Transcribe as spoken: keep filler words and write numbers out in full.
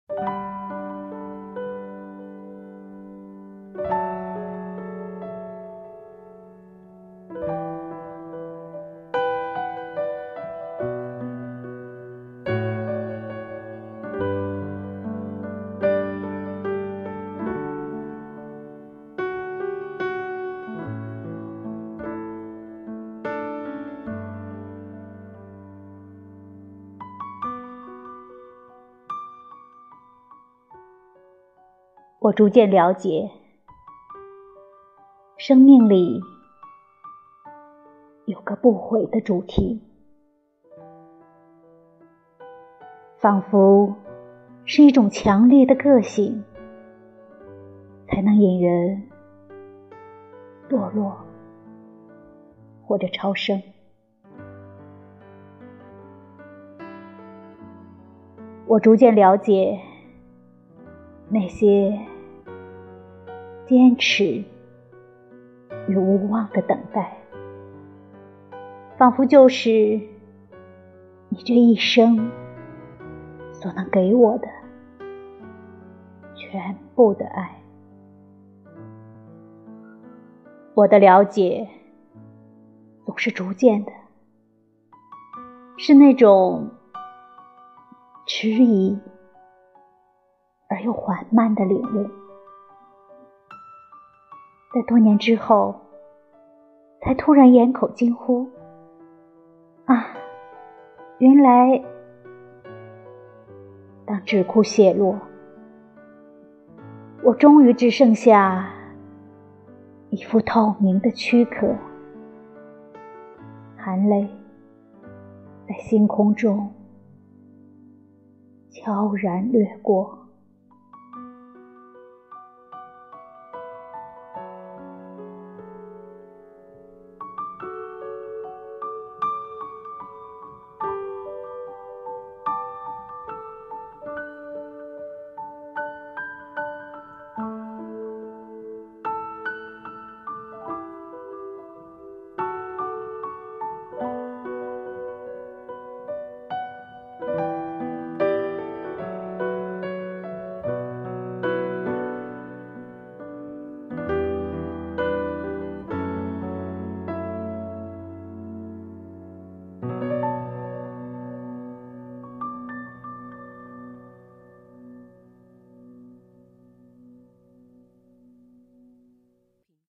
我逐渐了解，生命里有个不悔的主题，仿佛是一种强烈的个性，才能引人堕落或者超生。我逐渐了解，那些坚持与无望的等待，仿佛就是你这一生所能给我的全部的爱。我的了解总是逐渐的，是那种迟疑而又缓慢的领悟，在多年之后才突然掩口惊呼，啊，原来当智库泄落，我终于只剩下一副透明的躯壳，含泪在星空中悄然掠过。